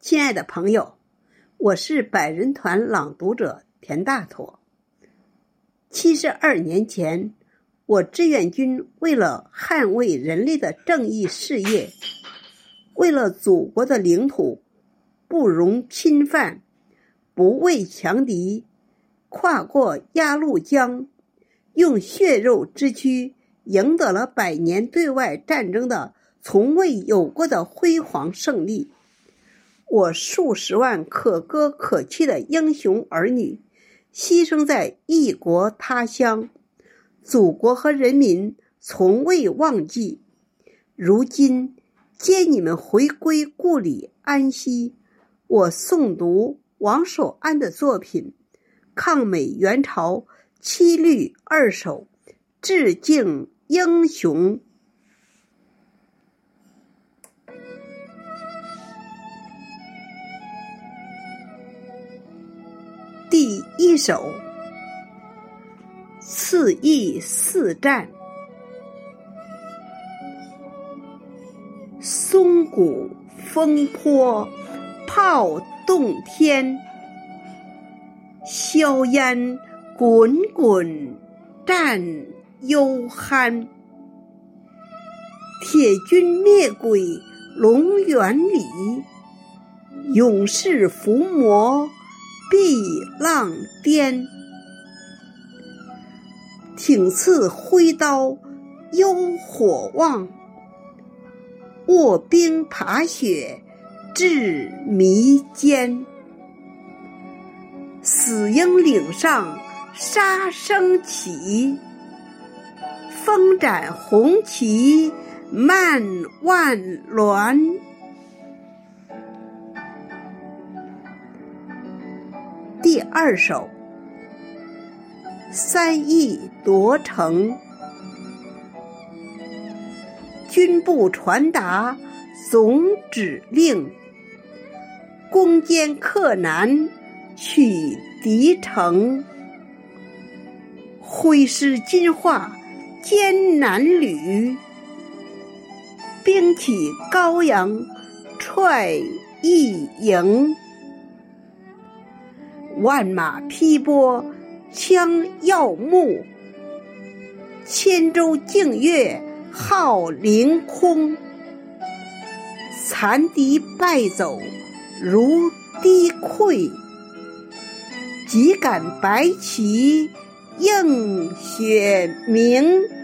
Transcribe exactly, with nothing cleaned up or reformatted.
亲爱的朋友，我是百人团朗读者田大妥。七十二年前，我志愿军为了捍卫人类的正义事业，为了祖国的领土不容侵犯，不畏强敌，跨过鸭绿江，用血肉之躯赢得了百年对外战争的从未有过的辉煌胜利。我数十万可歌可泣的英雄儿女牺牲在异国他乡，祖国和人民从未忘记。如今接你们回归故里安息，我诵读王守安的作品《抗美援朝七律二首》，致敬英雄。第一首，次义四战。松谷风波炮动天，硝烟滚滚战幽酣。铁军灭鬼龙源里，勇士伏魔避浪颠。挺刺挥刀幽火旺，卧冰爬雪至迷间。死鹰岭上杀声起，风展红旗漫万峦。第二首，三义夺城。军部传达总指令，攻坚克难取敌城。挥师金化艰难旅，兵起高阳踹一营。万马劈波枪耀目，千舟竞月号凌空。残敌败走如滴溃，几杆白旗映雪明。